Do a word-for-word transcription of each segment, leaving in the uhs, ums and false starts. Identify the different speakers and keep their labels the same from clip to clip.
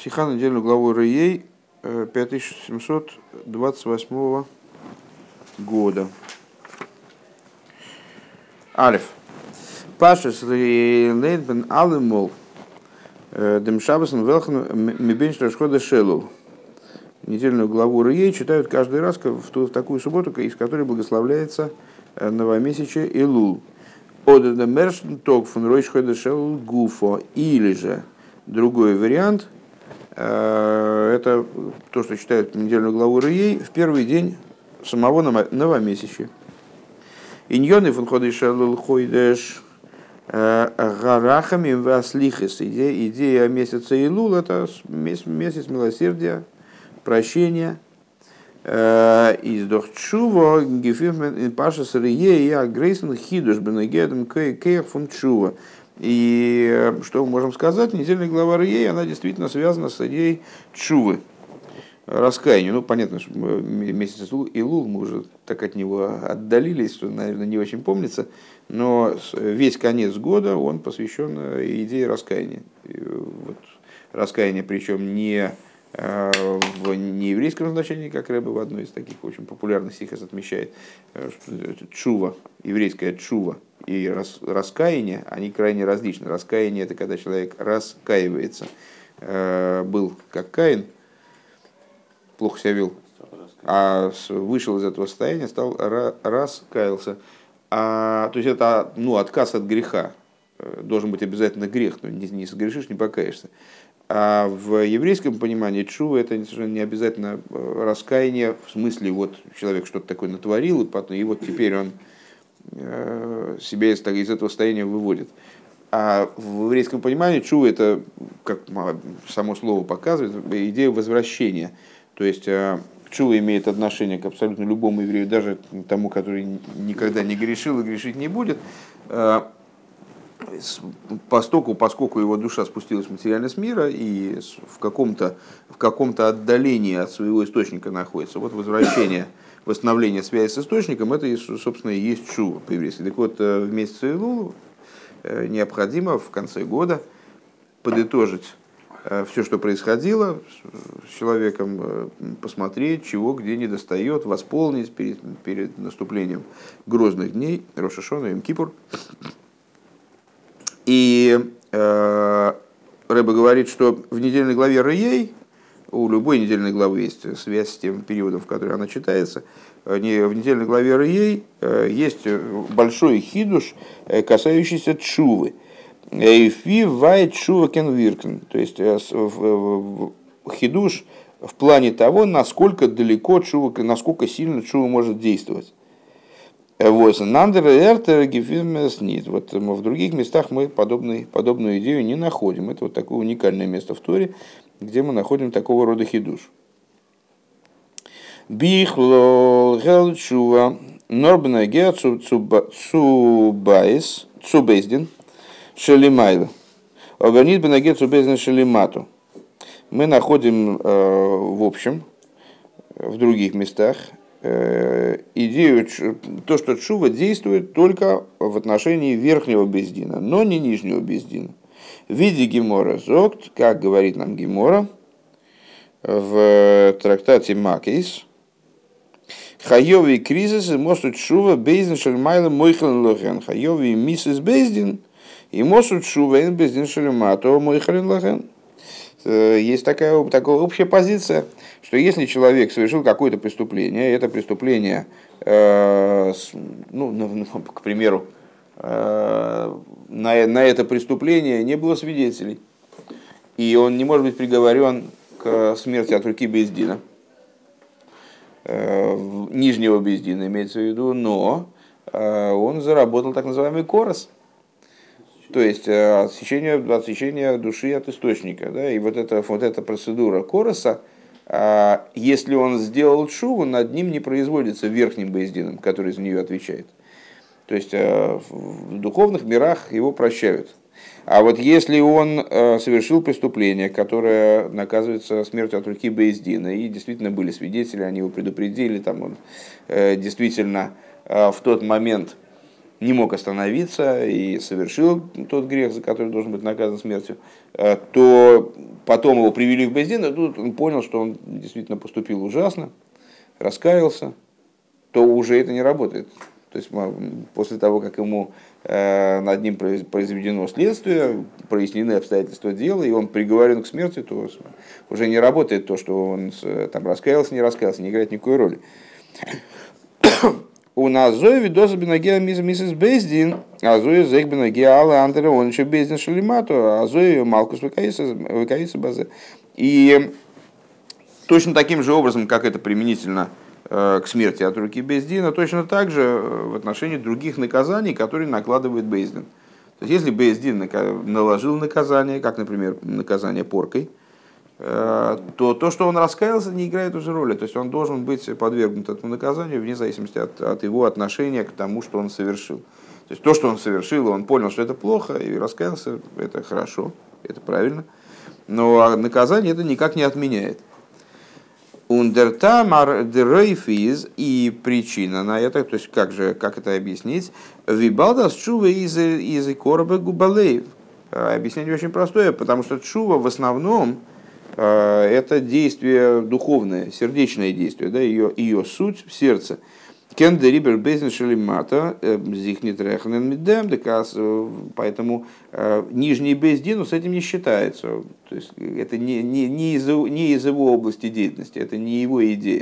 Speaker 1: Сиха на недельную главу Рей пять тысяч семьсот двадцать восьмого года. Алиф. Пашес лейн бен алемол демшабасен велхан мибенш рашхода шелул. Недельную главу Рей читают каждый раз в, ту, в такую субботу, из которой благословляется новомесячие Илул. Одеда мершн ток фун ройшхода шелул гуфо. Или же другой вариант, это то, что читают недельную главу Рей в первый день самого новомесячия. Иньоны фун хода шелул хойдеш гарахами васлихес. Идея месяца Илул — это месяц милосердия, прощения. Из дохчува гефирмен паша сырье и агрейсен хидуш бенегедем кейх фун чува. И что мы можем сказать? Недельная глава Рей, она действительно связана с идеей чувы, раскаяния. Ну, понятно, что месяц Илул, мы уже так от него отдалились, что, наверное, не очень помнится, но весь конец года он посвящен идее раскаяния. Вот, раскаяние, причем не в нееврейском значении, как Рэбе в одной из таких очень популярных стихов отмечает, что чува, еврейская чува и рас, раскаяние, они крайне различны. Раскаяние — это когда человек раскаивается. Был как Каин, плохо себя вел, а вышел из этого состояния, стал раскаялся. А, то есть это, ну, отказ от греха. Должен быть обязательно грех, но не, не согрешишь, не покаешься. А в еврейском понимании чува — это не обязательно раскаяние, в смысле, вот человек что-то такое натворил, и вот теперь он себя из, из этого состояния выводит. А в еврейском понимании чува — это, как само слово показывает, идея возвращения. То есть чува имеет отношение к абсолютно любому еврею, даже тому, который никогда не грешил и грешить не будет. Поскольку, поскольку его душа спустилась в материальность мира и в каком-то, в каком-то отдалении от своего источника находится, вот возвращение, восстановление связи с источником, это, собственно, и есть чува по-еврейски. Так вот, в месяц Илул необходимо в конце года подытожить все, что происходило с человеком, посмотреть, чего где недостает, восполнить перед, перед наступлением грозных дней, Рош ха-Шана, Йом-Кипур. И э, Рэбе говорит, что в недельной главе Рей, у любой недельной главы есть связь с тем периодом, в который она читается, в недельной главе Рей есть большой хидуш, касающийся чувы. Эйфи вайт чува кен виркен. То есть хидуш в плане того, насколько далеко чува, насколько сильно чува может действовать. Вот в других местах мы подобный, подобную идею не находим. Это вот такое уникальное место в Торе, где мы находим такого рода хидуш. Бихло гелчува норбна геа цубайс цубейздин шелимайла. Оганит бенаге цубейздин шелимату. Мы находим в общем в других местах идею, то, что чува действует только в отношении верхнего бездина, но не нижнего бездина. В виде Гемора Зогт, как говорит нам Гемора в трактате Макейс, Хайови кризис мосут чува бездин шельмайла мойхален лохен. Хайови миссис бездин и мосут чува эн бездин шельмато мойхален лохен. Есть такая, такая общая позиция, что если человек совершил какое-то преступление, это преступление, э, ну, к примеру, э, на, на это преступление не было свидетелей, и он не может быть приговорен к смерти от руки бездина, э, нижнего бездина имеется в виду, но э, он заработал так называемый корос. То есть отсечение, отсечение души от источника. Да? И вот эта, вот эта процедура короса, если он сделал шуву, над ним не производится верхним бейздином, который за нее отвечает. То есть в духовных мирах его прощают. А вот если он совершил преступление, которое наказывается смертью от руки бейздина, и действительно были свидетели, они его предупредили, там он действительно в тот момент не мог остановиться и совершил тот грех, за который должен быть наказан смертью, то потом его привели в Бейс Дин, и тут он понял, что он действительно поступил ужасно, раскаялся, то уже это не работает. То есть после того, как ему э, над ним произведено следствие, прояснены обстоятельства дела, и он приговорен к смерти, то уже не работает то, что он там раскаялся, не раскаялся, не играет никакой роли. У нас Зои видоса бинагеа миссис Бейздин, а Зои зэк бинагеа алла андера, он еще Бейздин шалимату, а Зои малкус выкаиса базе. И точно таким же образом, как это применительно к смерти от руки Бейздина, точно так же в отношении других наказаний, которые накладывает Бейздин. То есть, если Бейздин наложил наказание, как, например, наказание поркой, то то, что он раскаялся, не играет уже роли. То есть, он должен быть подвергнут этому наказанию вне зависимости от, от его отношения к тому, что он совершил. То есть, то, что он совершил, он понял, что это плохо, и раскаялся, это хорошо, это правильно. Но наказание это никак не отменяет. Ундертамар дерейфиз, и причина на это, то есть как же, как это объяснить? Вибалдас чува из из короба губалеев. Объяснение очень простое, потому что чува в основном это действие духовное, сердечное действие, да, ее, ее суть в сердце. Кенде рибер безн шелимата зихнит рехнен мидем, поэтому нижний бездину с этим не считается. То есть это не, не, не, из, не из его области деятельности, это не его идея.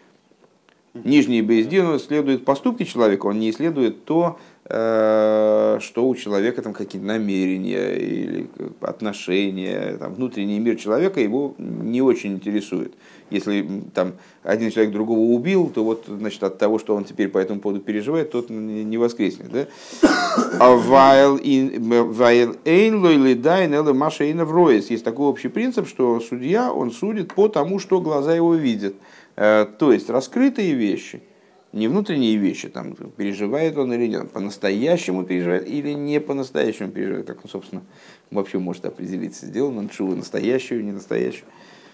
Speaker 1: Нижний бездину следует поступки человека, он не исследует то, что у человека там какие-то намерения или отношения, там, внутренний мир человека его не очень интересует. Если там один человек другого убил, то вот, значит, от того, что он теперь по этому поводу переживает, тот не воскреснет. Да? А while эйн лойли дайн эле маша эйна вроес. Есть такой общий принцип, что судья, он судит по тому, что глаза его видят. То есть раскрытые вещи, не внутренние вещи, там, переживает он или нет, по-настоящему переживает или не по-настоящему переживает, как он, собственно, вообще может определиться, сделал он шуву настоящую, не настоящую.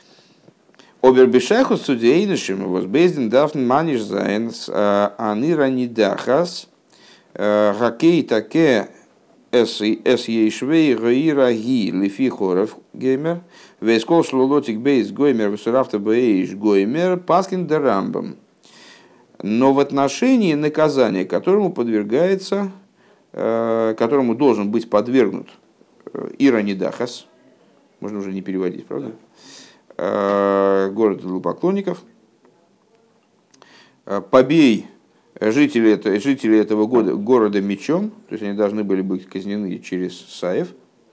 Speaker 1: Обербешеху судейнышим, возбезден дафн маниш зайнс, анира нидахас, хакей таке эс ейшвей гоира ги лифи хоров геймер, вейскол шлолотик бейс гоймер весурафта бейш гоймер паскин дерамбам. Но в отношении наказания, которому подвергается, которому должен быть подвергнут Иранидахас, можно уже не переводить, правда? Город идолопоклонников, побей жителей, это, жителей этого года, города мечом, то есть они должны были быть казнены через Саев,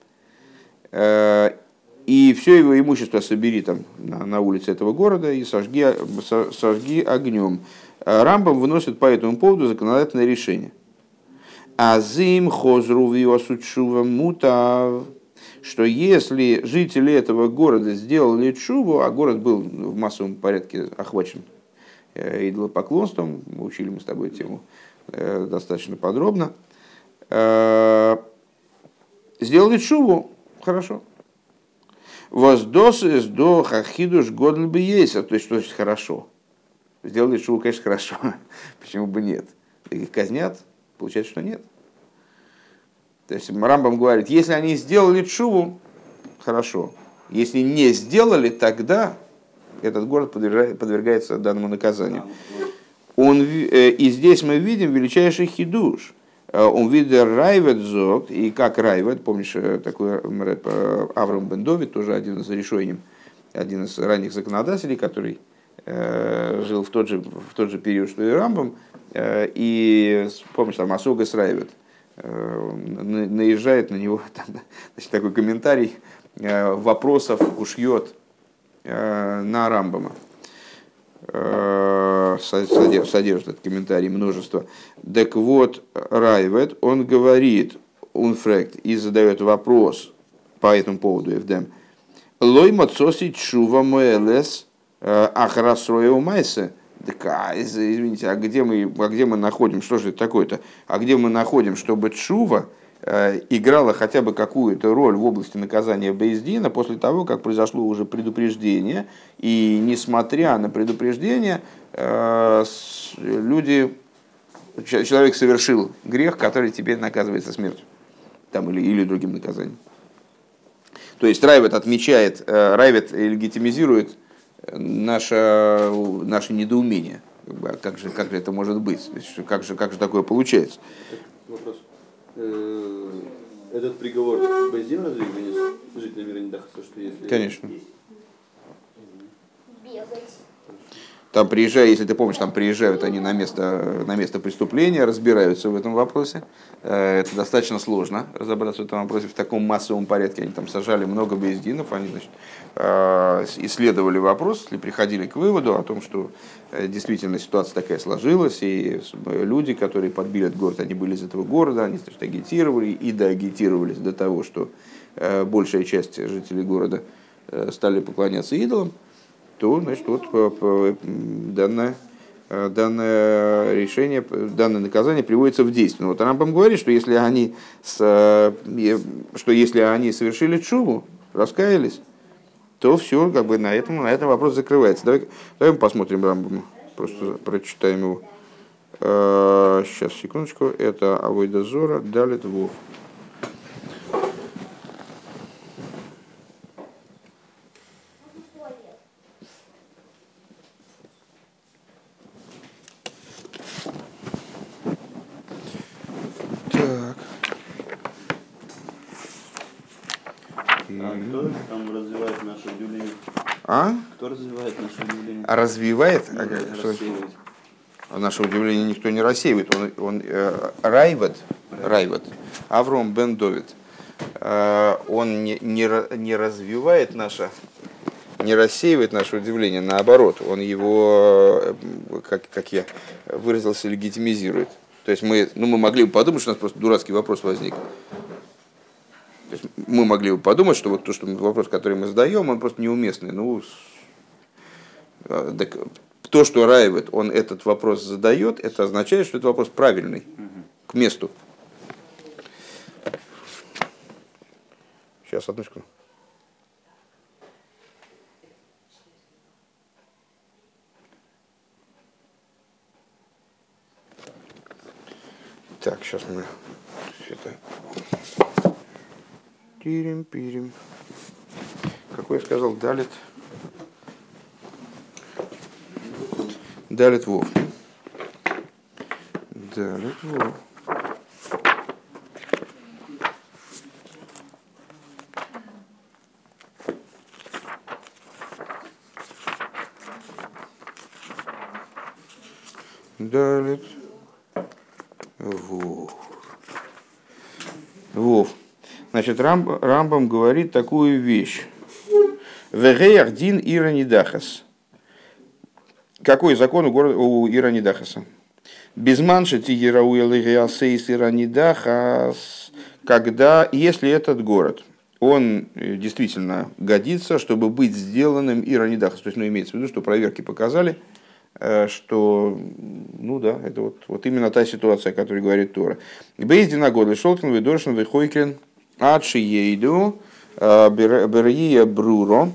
Speaker 1: и все его имущество собери там на, на улице этого города и сожги, сожги огнем. Рамбам выносит по этому поводу законодательное решение. Азим хозру виосучува мутав, что если жители этого города сделали чуву, а город был в массовом порядке охвачен идолопоклонством, мы учили мы с тобой тему достаточно подробно, сделали чуву, хорошо. Воздос из до хахидуш годль бы есть, то есть что значит хорошо. Сделали шуву, конечно, хорошо. Почему бы нет? Их казнят, получается, что нет. То есть Рамбам говорит, если они сделали шуву, хорошо. Если не сделали, тогда этот город подвергается данному наказанию. Он, и здесь мы видим величайший хидуш. Он видит Райвет зог, и как Райвет, помнишь, такой Авраам бен Довид, тоже один из решений, один из ранних законодателей, который жил в тот же, в тот же период, что и Рамбам, и помнишь, там Асогас Райвет, наезжает на него, там, значит, такой комментарий вопросов ушьет на Рамбама. Содержит этот комментарий множество. Так вот, Райвет, он говорит, унфрект, и задает вопрос по этому поводу, Эвдем. Лой мацоси чува моэлес ахрасроя умайсе. Извините, а где мы, а где мы находим, что же это такое-то? А где мы находим, чтобы чува играла хотя бы какую-то роль в области наказания Бейздина после того, как произошло уже предупреждение, и несмотря на предупреждение, люди человек совершил грех, который теперь наказывается смертью там, или, или другим наказанием. То есть Райвет отмечает, Райвет легитимизирует наше, наше недоумение. Как же, как же это может быть? Как же, как же такое получается?
Speaker 2: Вопрос. Этот приговор Бейздин разве вынес жить на мир Нидахаса, что если...
Speaker 1: Конечно. Там приезжают, если ты помнишь, там приезжают они на место, на место преступления, разбираются в этом вопросе. Это достаточно сложно разобраться в этом вопросе в таком массовом порядке. Они там сажали много бейздинов, они, значит, исследовали вопрос и приходили к выводу о том, что действительно ситуация такая сложилась, и люди, которые подбили этот город, они были из этого города, они, значит, агитировали и доагитировались до того, что большая часть жителей города стали поклоняться идолам. То, значит, вот данное, данное решение, данное наказание приводится в действие. Вот Рамбам говорит, что если они, с, что если они совершили тшуву, раскаялись, то все, как бы на этом, на этом вопрос закрывается. Давай, давай мы посмотрим Рамбама, просто прочитаем его. Сейчас, секундочку, это Авойда Зора, Далит Вов.
Speaker 2: Кто там развивает наше удивление?
Speaker 1: А?
Speaker 2: Кто развивает наше удивление?
Speaker 1: А развивает?
Speaker 2: Ну,
Speaker 1: а,
Speaker 2: рассеивает.
Speaker 1: А наше удивление никто не рассеивает. Он, он э, Райвет, Райвет, Авром бен Довид, э, он не, не, не развивает наше, не рассеивает наше удивление, наоборот, он его, как, как я выразился, легитимизирует. То есть мы, ну, мы могли бы подумать, что у нас просто дурацкий вопрос возник. То есть мы могли бы подумать, что вот то, что вопрос, который мы задаем, он просто неуместный. Ну, так, то, что Райвет, он этот вопрос задает, это означает, что это вопрос правильный, к месту. Сейчас, одну секунду. Так, сейчас мы это... Пирим-пирим. Какой я сказал? Далит. Далит Вов. Далит Вов. Далит Вов. Вов. Значит, Рам, Рамбам говорит такую вещь. Вегеях дин ира нидахас. Какой закон у, города, у ира нидахаса? Безманши тигерауэлэгиасейс ира нидахас. Когда, если этот город, он действительно годится, чтобы быть сделанным ира нидахас. То есть, ну, имеется в виду, что проверки показали, что, ну да, это вот, вот именно та ситуация, о которой говорит Тора. Бейздина годы шелкин выдоршин выхойкин. Адши ейду берия бруро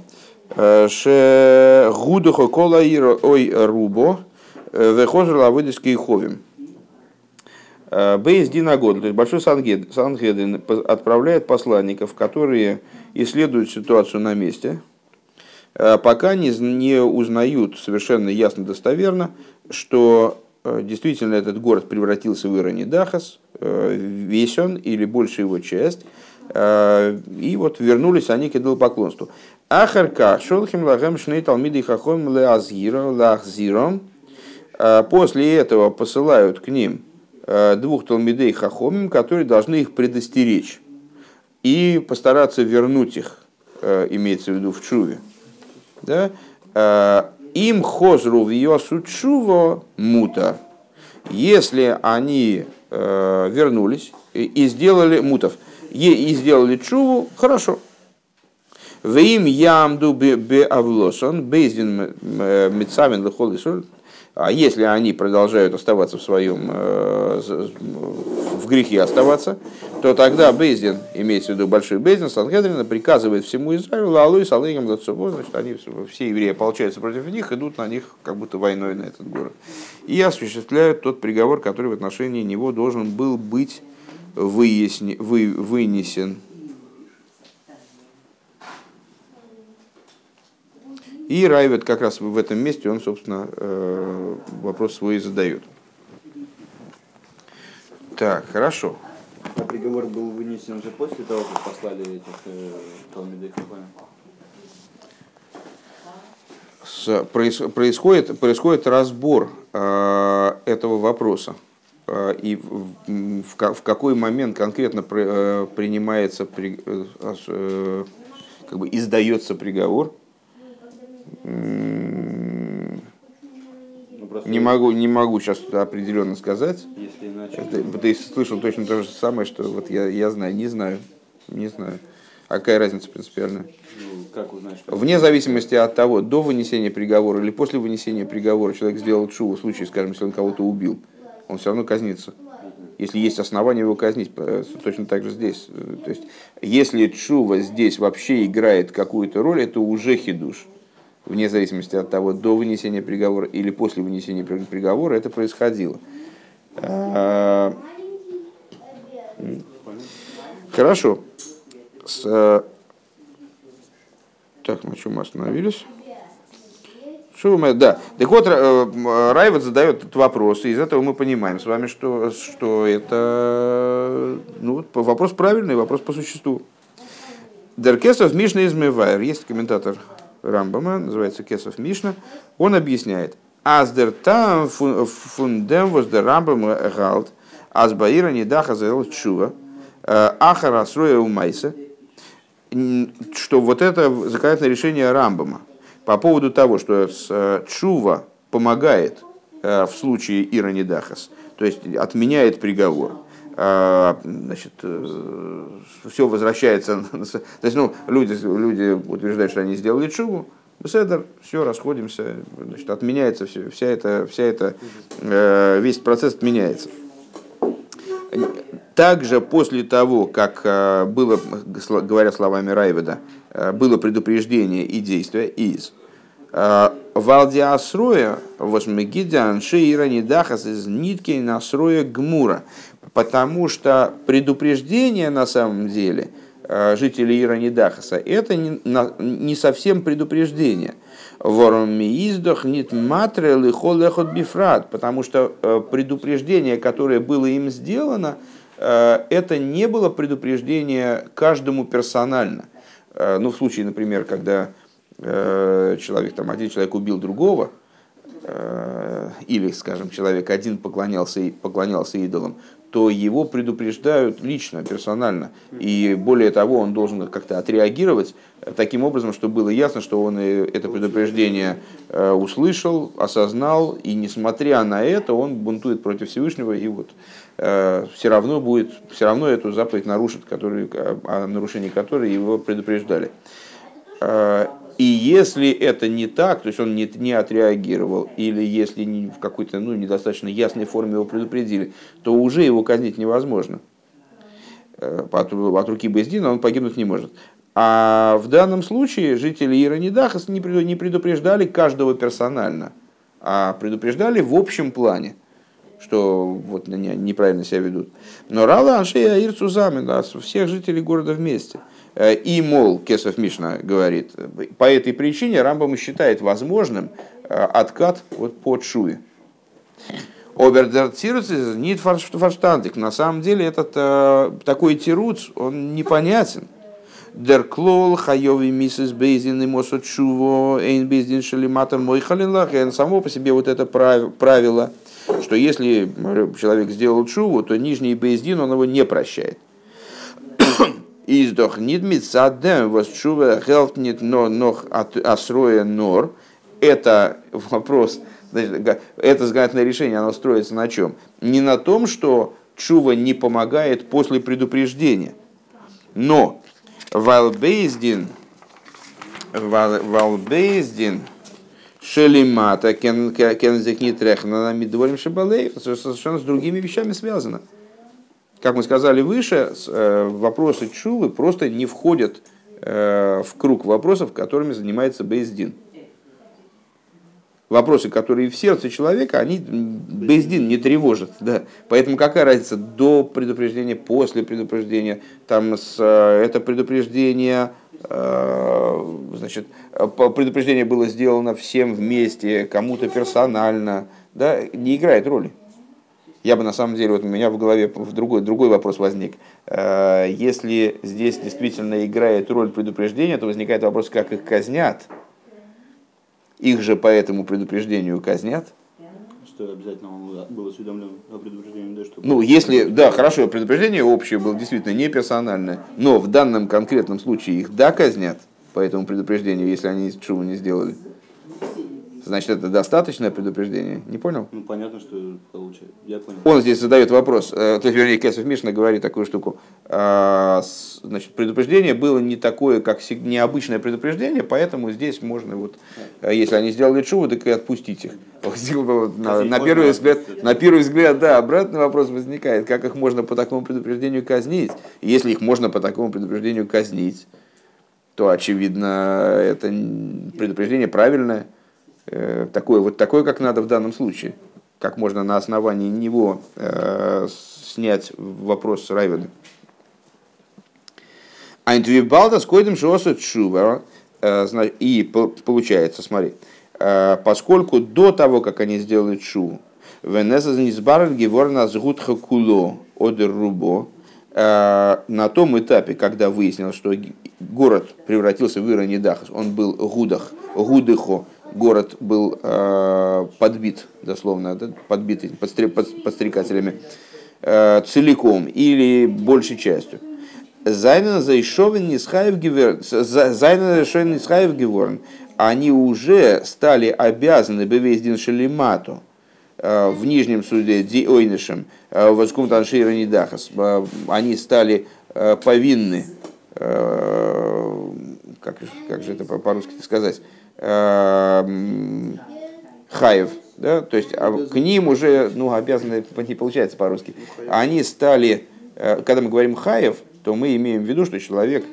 Speaker 1: ше гудухо кола ой рубо вехозрла выдиски ховим. Бейс Динагод, то есть большой Сангедрин отправляет посланников, которые исследуют ситуацию на месте, пока не, не узнают совершенно ясно достоверно, что действительно этот город превратился в Иранидахас, весь он или большая его часть. И вот вернулись они к идолопоклонству. Ахарка шолхим лагем шней талмиды хахом леазгиро лахзиром. После этого посылают к ним двух талмидей хахомим, которые должны их предостеречь и постараться вернуть их, имеется в виду в чуве. Да? Им хозру в йосу чуво мута. Если они вернулись и сделали мутов, и сделали чуву, хорошо. В им ямду бе авлосон, бейздин мецавин лехол исоль. А если они продолжают оставаться в своем, в грехе оставаться, то тогда Бейздин, имеется в виду большой Бейздин, Сангедрина, приказывает всему Израилю, алой с алейгом дацубо, значит, они, все евреи ополчаются против них, идут на них как будто войной на этот город. И осуществляют тот приговор, который в отношении него должен был быть выясни, вы, вынесен. И Райвед как раз в этом месте, он, собственно, вопрос свой задает. Так, хорошо.
Speaker 2: А приговор был вынесен уже после того, как послали этих э, Талмидей Хахамим?
Speaker 1: Происходит, происходит разбор э, этого вопроса. Э, и в, в, в какой момент конкретно при, э, принимается, при, э, как бы издается приговор. Не могу, не могу сейчас определенно сказать.
Speaker 2: Если иначе...
Speaker 1: Ты, ты слышал точно то же самое, что вот я, я знаю, не знаю, не знаю. А какая разница принципиальная?
Speaker 2: Ну, как узнать, что...
Speaker 1: Вне зависимости от того, до вынесения приговора или после вынесения приговора человек сделал тшуву, в случае, скажем, если он кого-то убил, он все равно казнится. Если есть основания его казнить, точно так же здесь. То есть, если тшува здесь вообще играет какую-то роль, это уже хидуш. Вне зависимости от того, до вынесения приговора или после вынесения приговора это происходило. Хорошо. С... Так, на чем мы остановились? Что мы... Да. Так вот, Райвед задает этот вопрос, и из этого мы понимаем с вами, что, что это ну, вопрос правильный, вопрос по существу. Дер Кесов Мишна измывайр. Есть комментатор Рамбама, называется Кесов Мишна. Он объясняет. Аздер там фундем воздер Рамбам галт азбаира недаха заэл чува ахара сроя умайса. Что вот это законодательное решение Рамбама по поводу того, что чува помогает в случае ира недахас, то есть отменяет приговор. Значит, все возвращается. То есть, ну, люди, люди утверждают, что они сделали чуву, беседер, все, расходимся, значит, отменяется все, вся эта, вся эта, весь процесс отменяется. Также после того, как было, говоря словами Райведа, было предупреждение и действие из Валдия Асроя, восьмигидян шеира недахас из нитки насроя гмура. Потому что предупреждение на самом деле жителей Ира Нидахаса это не, не совсем предупреждение. Потому что предупреждение, которое было им сделано, это не было предупреждение каждому персонально. Ну, в случае, например, когда человек, там, один человек убил другого, или, скажем, человек один поклонялся, поклонялся идолам, то его предупреждают лично, персонально. И более того, он должен как-то отреагировать таким образом, чтобы было ясно, что он это предупреждение услышал, осознал, и несмотря на это, он бунтует против Всевышнего, и вот все равно будет, все равно эту заповедь нарушит, который, о нарушении которой его предупреждали. И если это не так, то есть он не, не отреагировал, или если не, в какой-то ну, недостаточно ясной форме его предупредили, то уже его казнить невозможно. От, от руки Бейздина он погибнуть не может. А в данном случае жители Ира Нидахас не предупреждали каждого персонально, а предупреждали в общем плане, что вот неправильно себя ведут. Но Рала Аншея Ирцузами, да, всех жителей города вместе. И, мол, Кесов Мишна говорит, по этой причине Рамбам считает возможным откат вот по Тшуве. Обердер Тируц нит фарштандик. На самом деле этот такой тируц, он непонятен. Дер клол хайови миссис бейзин и мосо чуво эйн бейзин шалимата мой халилах. Само по себе вот это правило, что если человек сделал чуву, то нижний бейздин он его не прощает. Издох нит митсадем восчува хелтнит но нох асроя нор. Это вопрос, это законодательное решение, оно строится на чем? Не на том, что чува не помогает после предупреждения, но валбейздин, валбейздин Шелимата, кензекнитрехна, мидворим шабалеев, совершенно с другими вещами связано. Как мы сказали выше, вопросы тшувы просто не входят в круг вопросов, которыми занимается бейс дин. Вопросы, которые в сердце человека, они бейс дин не тревожат. Да. Поэтому какая разница до предупреждения, после предупреждения, там с, это предупреждение... Значит, предупреждение было сделано всем вместе, кому-то персонально, да, не играет роли. Я бы на самом деле, вот у меня в голове в другой, другой вопрос возник. Если здесь действительно играет роль предупреждения, то возникает вопрос, как их казнят. Их же по этому предупреждению казнят.
Speaker 2: Что обязательно он был осведомлен о предупреждении, да, что...
Speaker 1: Ну, если, да, хорошо, предупреждение общее было действительно не персональное, но в данном конкретном случае их, да, казнят по этому предупреждению, если они тшуву не сделали. Значит, это достаточное предупреждение? Не понял?
Speaker 2: Ну, понятно, что получается. Я понял.
Speaker 1: Он здесь задает вопрос, то есть, вернее, Кесов Мишна говорит такую штуку. Значит, предупреждение было не такое, как необычное предупреждение, поэтому здесь можно, вот, если они сделали тшуву, так и отпустить их. На, на, первый взгляд, на первый взгляд, да, обратный вопрос возникает, как их можно по такому предупреждению казнить. И если их можно по такому предупреждению казнить, то, очевидно, это предупреждение правильное. Такое, вот такое, как надо в данном случае. Как можно на основании него э, снять вопрос райведа. Айнтвибалда с койдем шоса чува. И получается, смотри, э, поскольку до того, как они сделали чуву, венеза низбарен геворна сгутха куло одер рубо, на том этапе, когда выяснилось, что город превратился в Иронидахас, он был гудах, гудыхо, город был э, подбит, дословно, да, подбитый подстрекателями, э, целиком или большей частью. Зайнен зайшовен нисхаев геворн. Они уже стали обязаны бевездин шелимату в нижнем суде диойнишем воскум таншира нидахас. Они стали повинны, как, как же это по-русски сказать, хаев, да, то есть к ним уже, ну, обязаны, не получается по-русски, они стали, когда мы говорим хаев, то мы имеем в виду, что человек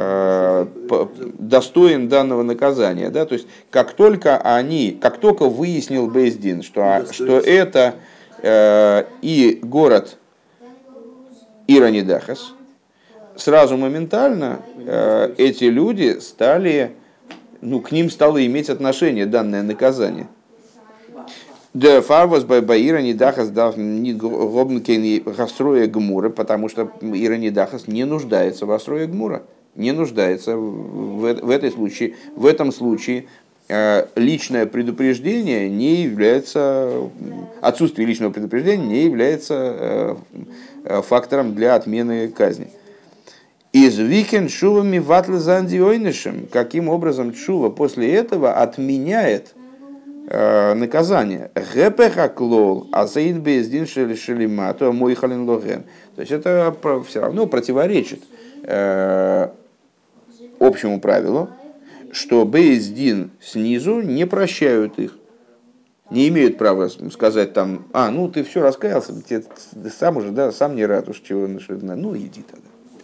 Speaker 1: достоин данного наказания, да, то есть как только они, как только выяснил бейс дин, что, что это э, и город Иронидахас, сразу моментально э, эти люди стали, ну, к ним стало иметь отношение данное наказание. Да, фарвас бай Иронидахас дав не гобнкейн гастроя гмура, потому что Иронидахас не нуждается в астрое гмура. Не нуждается в, в, этой случае, в этом случае э, личное предупреждение не является, отсутствие личного предупреждения не является э, фактором для отмены казни. Из викен шувами ватлы зандиойнишем, каким образом шува после этого отменяет э, наказание. Гепеха клол, асаид бездин шелимату, мой халин логен. То есть это все равно противоречит э, общему правилу, что бейс-дин снизу не прощают их, не имеют права сказать там, а, ну ты все раскаялся, ты, ты сам уже, да, сам не рад уж чего, ну иди тогда.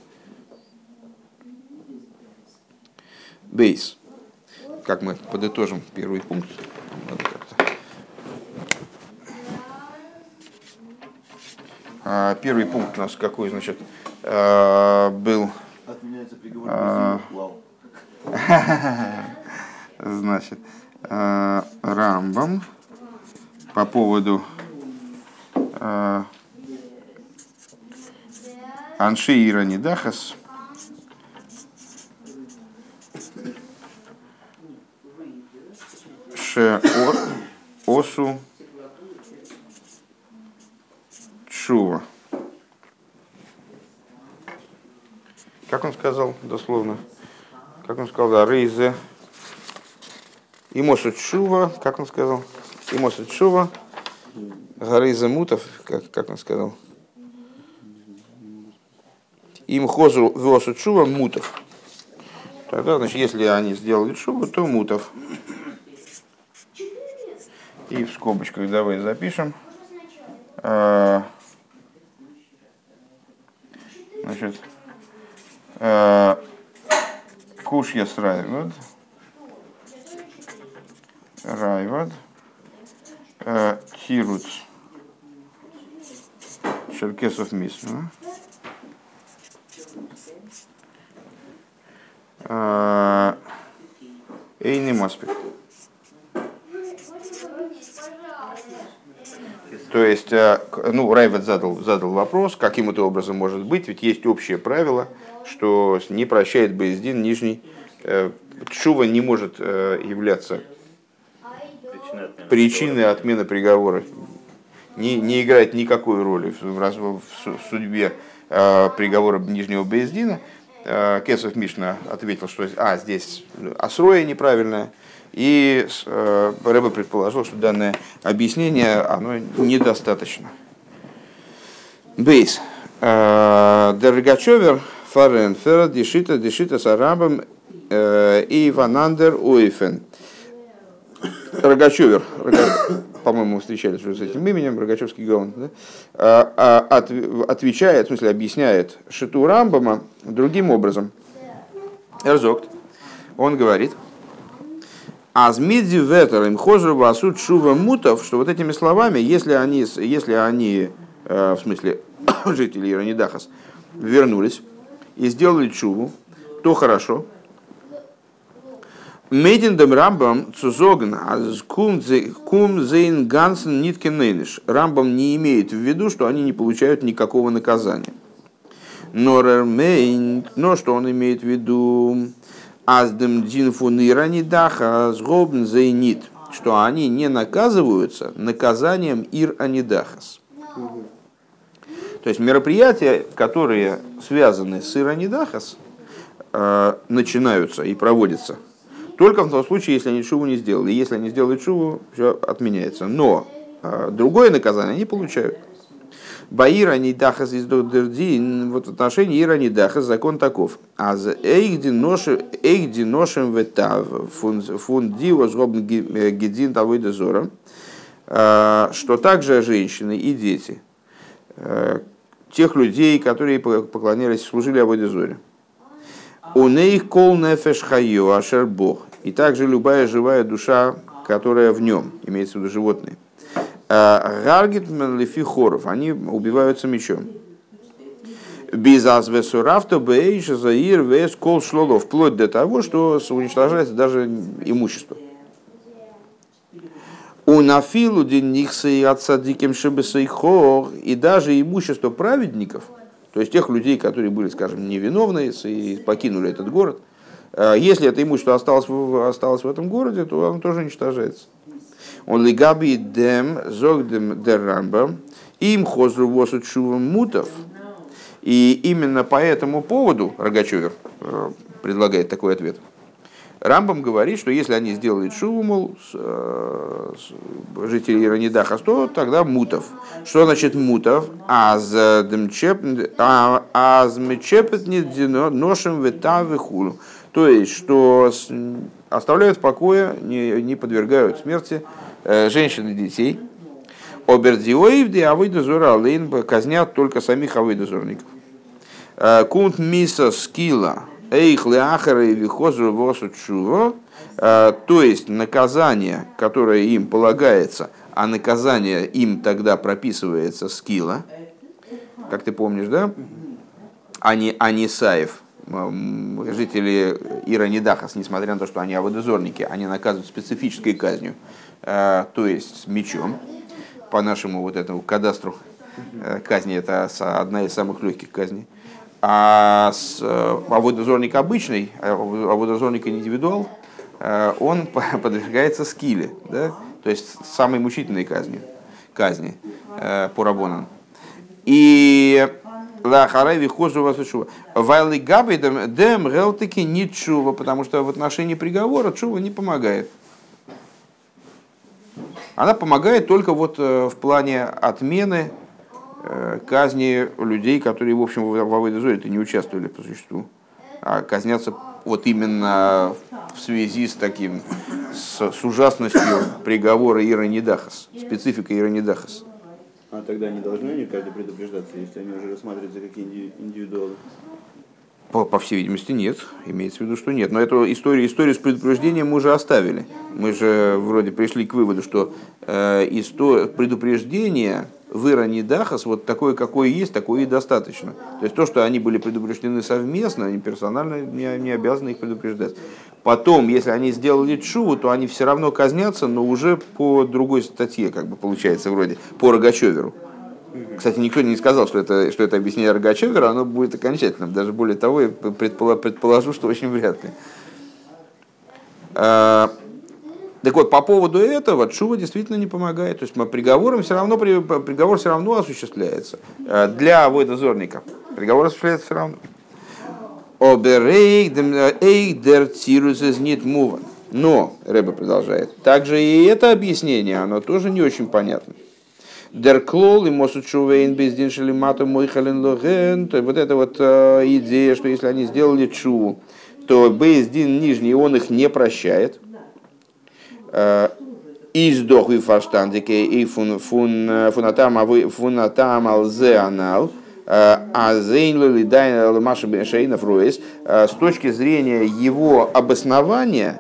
Speaker 1: Бейс. Как мы подытожим первый пункт. А, первый пункт у нас какой, значит, а, был...
Speaker 2: Отменяется приговор
Speaker 1: а, значит, а, Рамбам по поводу а, Анши Иронидахас. Ше осу чува. Как он сказал дословно? Как он сказал, да, рейзе имосу чува, как он сказал? Имосу чува, гарейзе мутов, как, как он сказал? Им хозу восу чува мутов. Тогда, значит, если они сделали чуву, то мутов. И в скобочках давай запишем. А, значит, а, Кушья с Райвод. Райвод. А, Тируц. Черкесов Мисма. Эйный маспик. То есть, ну, Райвед задал, задал вопрос, каким это образом может быть, ведь есть общее правило, что не прощает бейс-дин нижний, тшува не может являться причиной отмены приговора, не, не играет никакой роли в, в, в судьбе приговора нижнего бейс-дина. Кесов Мишна ответил, что а, здесь асроя неправильная, и э, Рэбе предположил, что данное объяснение оно недостаточно. Бейс. Дергачевер фаренфер дешита дешита с арабом и ванандер уэфен. Рогачевер, по-моему, встречались уже с этим именем, Рогачевский гаон, да? От, отвечает, в смысле объясняет Шиту Рамбама другим образом. Эрзокт, он говорит, Азмидзи ветер им хозру васуд шува мутов, что вот этими словами, если они, если они в смысле жители Иронидахас, вернулись и сделали чуву, то хорошо. Мейдендем Рамбам цузогн кум зейн гансен ниткин нейниш. Рамбам не имеет в виду, что они не получают никакого наказания. Норер мейн, но что он имеет в виду? Аздем динфун иранидахас гобн зейнит, что они не наказываются наказанием ир-анидахас. То есть мероприятия, которые связаны с ир-анидахас, начинаются и проводятся только в том случае, если они шуву не сделали. Если они сделают шуву, все отменяется. Но другое наказание они получают. Баир анидахас из додердин, вот в отношении ир анидахас закон таков. Аз эйгди ношем ветав фунди возгобн гедин тавойда зора, что также женщины и дети тех людей, которые поклонялись, служили авойде зоре. У них кол нефеш хайо ашер бог, и также любая живая душа, которая в нем, имеется в виду животные. Гаргит лефи хоров, они убиваются мечом. Безазвесуравто бейш заир вес кол шлоло, вплоть до того, что уничтожается даже имущество. У нафилу денихсы отсадиким шебесейхор, и даже имущество праведников, то есть тех людей, которые были, скажем, невиновны и покинули этот город, если это имущество осталось в, осталось в этом городе, то оно тоже уничтожается. Он лигаби дем зогдем дер рамбам им хозру восут шувам мутов. И именно по этому поводу Рогачевер предлагает такой ответ. Рамбам говорит, что если они сделают шуву, мол, с, с, жители Иронидахас, то тогда мутов. Что значит мутов? Аз мечепет ношем ветавы хулу. То есть, что оставляют в покое, не, не подвергают смерти э, женщин и детей. Обердиоивди авойдозора лейн казнят только самих авойдозорников. Кунт миса скилла. Эйх леахара и вихозру восут шуво, то есть наказание, которое им полагается, а наказание им тогда прописывается скилла, как ты помнишь, да? Они Анисаев, жители Иронидахас, несмотря на то, что они аводозорники, они наказывают специфической казнью, то есть мечом, по нашему вот этому кадастру казни, это одна из самых легких казней. А аводозорник обычный, аводозорник индивидуал, он подвергается скиле, да? То есть самой мучительной казни, казни по рабонам. И лахарави хозу васушува. Вайли габи дем гелтики не чува, потому что в отношении приговора чува не помогает. Она помогает только вот в плане отмены казни людей, которые, в общем, в авойде зоре не участвовали по существу, а казнятся вот именно в связи с таким с, с ужасностью приговора Иронидахас, спецификой Иронидахас.
Speaker 2: А тогда не должны они каждый предупреждаться, если они уже рассматриваются как инди- индивидуалы?
Speaker 1: По, по всей видимости, нет. Имеется в виду, что нет. Но эту историю, историю с предупреждением мы уже оставили. Мы же вроде пришли к выводу, что э, истор... предупреждение в Иронидахас вот такое, какое есть, такое и достаточно. То есть то, что они были предупреждены совместно, они персонально не, не обязаны их предупреждать. Потом, если они сделали тшуву, то они все равно казнятся, но уже по другой статье, как бы получается, вроде, по Рогачеверу. Кстати, никто не сказал, что это, что это объяснение Рогачевера, оно будет окончательным. Даже более того, я предположу, предположу что очень вряд ли. А, так вот, по поводу этого тшува действительно не помогает. То есть приговором все равно, приговор все равно осуществляется. Для авойда-зорника приговор осуществляется все равно. Но, Ребе продолжает, также и это объяснение, оно тоже не очень понятно. Дерклол и мосучувейн бездин шелимату мойхален логен. То вот эта вот э, идея, что если они сделали чуву, то бездин нижний он их не прощает. Издох и фаштандике и фун фун фунатам фунатам алзе анал. А зейн лидайн ламаши бешейнов руэс. С точки зрения его обоснования,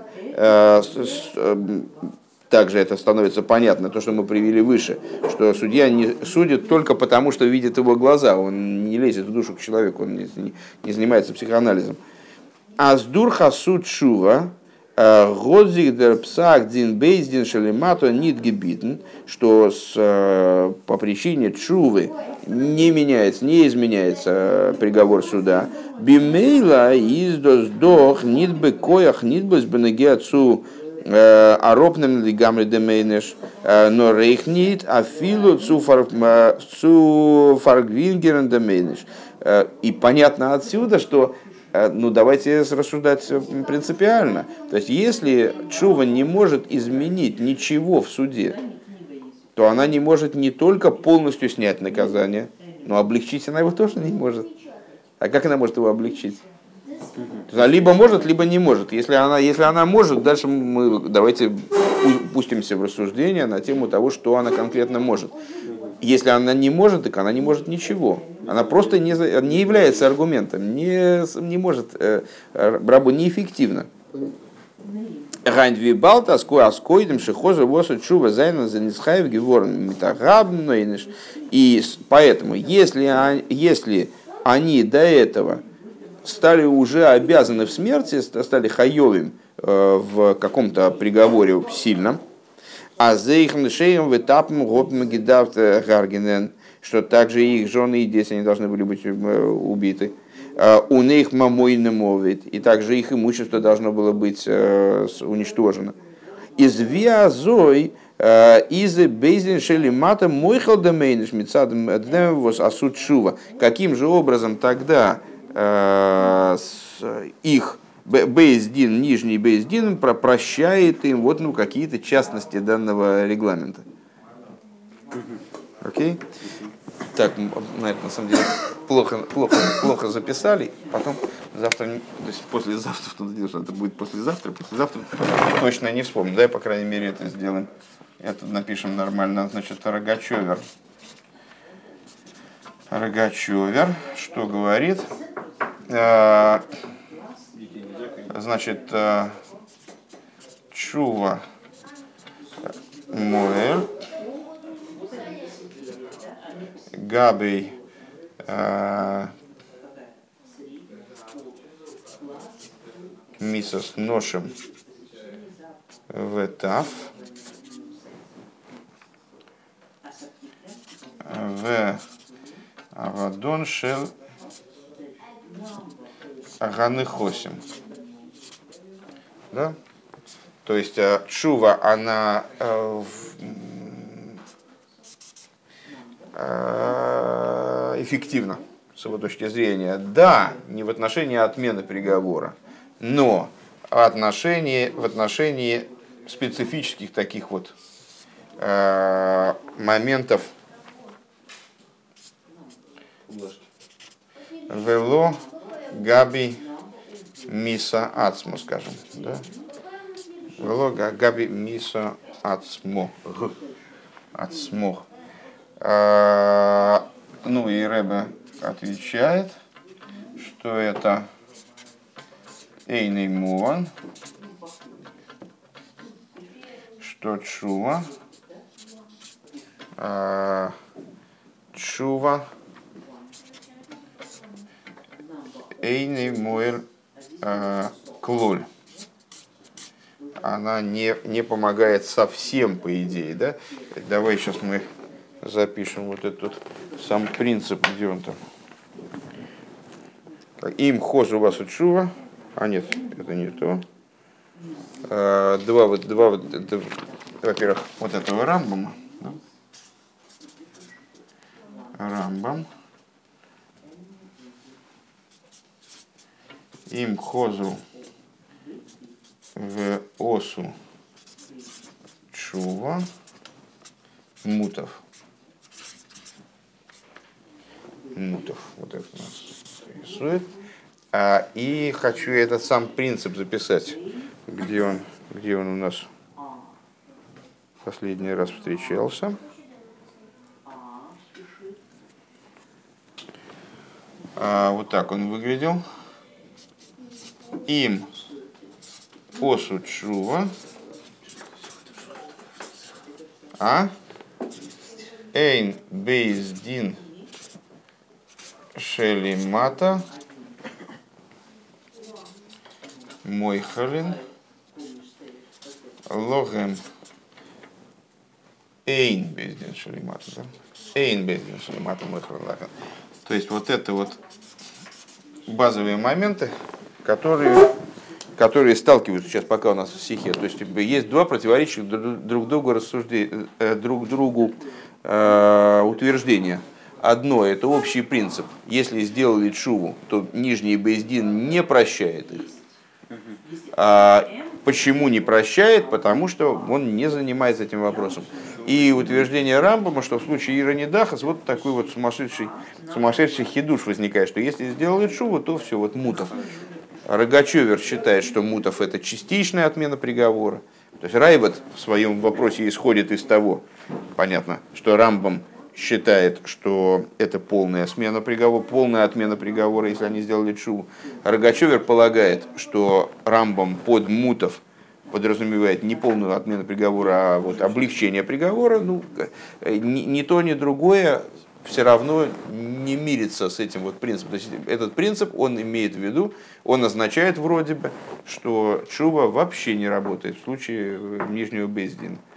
Speaker 1: также это становится понятно, то, что мы привели выше, что судья не судит только потому, что видит его глаза, он не лезет в душу к человеку, он не, не занимается психоанализом. Аздур хасуд шува, годзик дер псак дин бейздин шалимато нит гебитн, что с, по причине чувы не меняется, не изменяется приговор суда. Бимейла издос дох нит бы коях нит бы сбенеги отцу аропным лигамри демейнеш, но рейхнит афилу цу фаргвингерен демейнеш. И понятно отсюда, что, ну давайте рассуждать принципиально. То есть если чува не может изменить ничего в суде, то она не может не только полностью снять наказание, но облегчить она его тоже не может. А как она может его облегчить? Она либо может, либо не может. Если она, если она может, дальше мы давайте пустимся в рассуждение на тему того, что она конкретно может. Если она не может, так она не может ничего. Она просто не, не является аргументом, не, не может, э, рабу неэффективно. И поэтому, если, если они до этого стали уже обязаны в смерти, стали хайовым в каком-то приговоре сильном, а зейхм шеем в этапом гопм гидавт гаргенен, что также их жены и дети они должны были быть убиты. У них мамойны мовит, и также их имущество должно было быть уничтожено. Из виазой из бейзин шелимата мойхал демейниш мицадом дневос асуд шува. Каким же образом тогда их бейздин, нижний бейздин прощает им вот, ну, какие-то частности данного регламента? Окей? Okay? Так, на это на самом деле плохо, плохо, плохо записали. Потом завтра, то есть послезавтра, что надо делать, что это будет послезавтра, послезавтра точно не вспомню. Давай, по крайней мере, это сделаем. Это напишем нормально. Значит, Рогачевер. Рогачевер, что говорит? Значит, чува моэр габей мисос ношем ветав в авадон шел аганыхосим. Да? То есть чува, она э, э, эффективна с его точки зрения. Да, не в отношении отмены приговора, но в отношении, в отношении специфических таких вот э, моментов вело габи миса ацму, скажем, да? Велога габи мисо ацмо. Ацмо. А, ну и Ребе отвечает, что это эйный муван, что чува, а, чува, эйный муэр а, клоль. Она не, не помогает совсем, по идее, да? Давай сейчас мы запишем вот этот сам принцип, где он там. Им хоз у вас учува. А нет, это не то. А, два, вот, два, вот, это, во-первых, вот этого Рамбама. Да? Рамбам. Им хозу в осу чува мутов. Мутов. Вот это нас рисует. А, и хочу этот сам принцип записать, где он, где он у нас последний раз встречался. А, вот так он выглядел. Им осу чува. А? Эйн бейздин шелимата мойхалин логем эйн бейздин шелимата. Да? Эйн бейздин шелимата мойхалин логем. То есть вот это вот базовые моменты, которые, которые сталкиваются сейчас пока у нас в стихе. То есть есть два противоречия друг другу рассуждения, друг другу э, утверждения. Одно – это общий принцип. Если сделали тшуву, то нижний бейздин не прощает их. А почему не прощает? Потому что он не занимается этим вопросом. И утверждение Рамбама, что в случае Иронидахас вот такой вот сумасшедший, сумасшедший хидуш возникает, что если сделали тшуву, то все, вот мутов. Рогачевер считает, что мутов – это частичная отмена приговора. То есть Райват в своем вопросе исходит из того, понятно, что Рамбам считает, что это полная смена приговора, полная отмена приговора, если они сделали тшуву. Рогачевер полагает, что Рамбам под мутов подразумевает не полную отмену приговора, а вот облегчение приговора. Ну, ни, ни то, ни другое все равно не мирится с этим вот принципом. То есть этот принцип, он имеет в виду, он означает вроде бы, что тшува вообще не работает в случае нижнего бейс дина.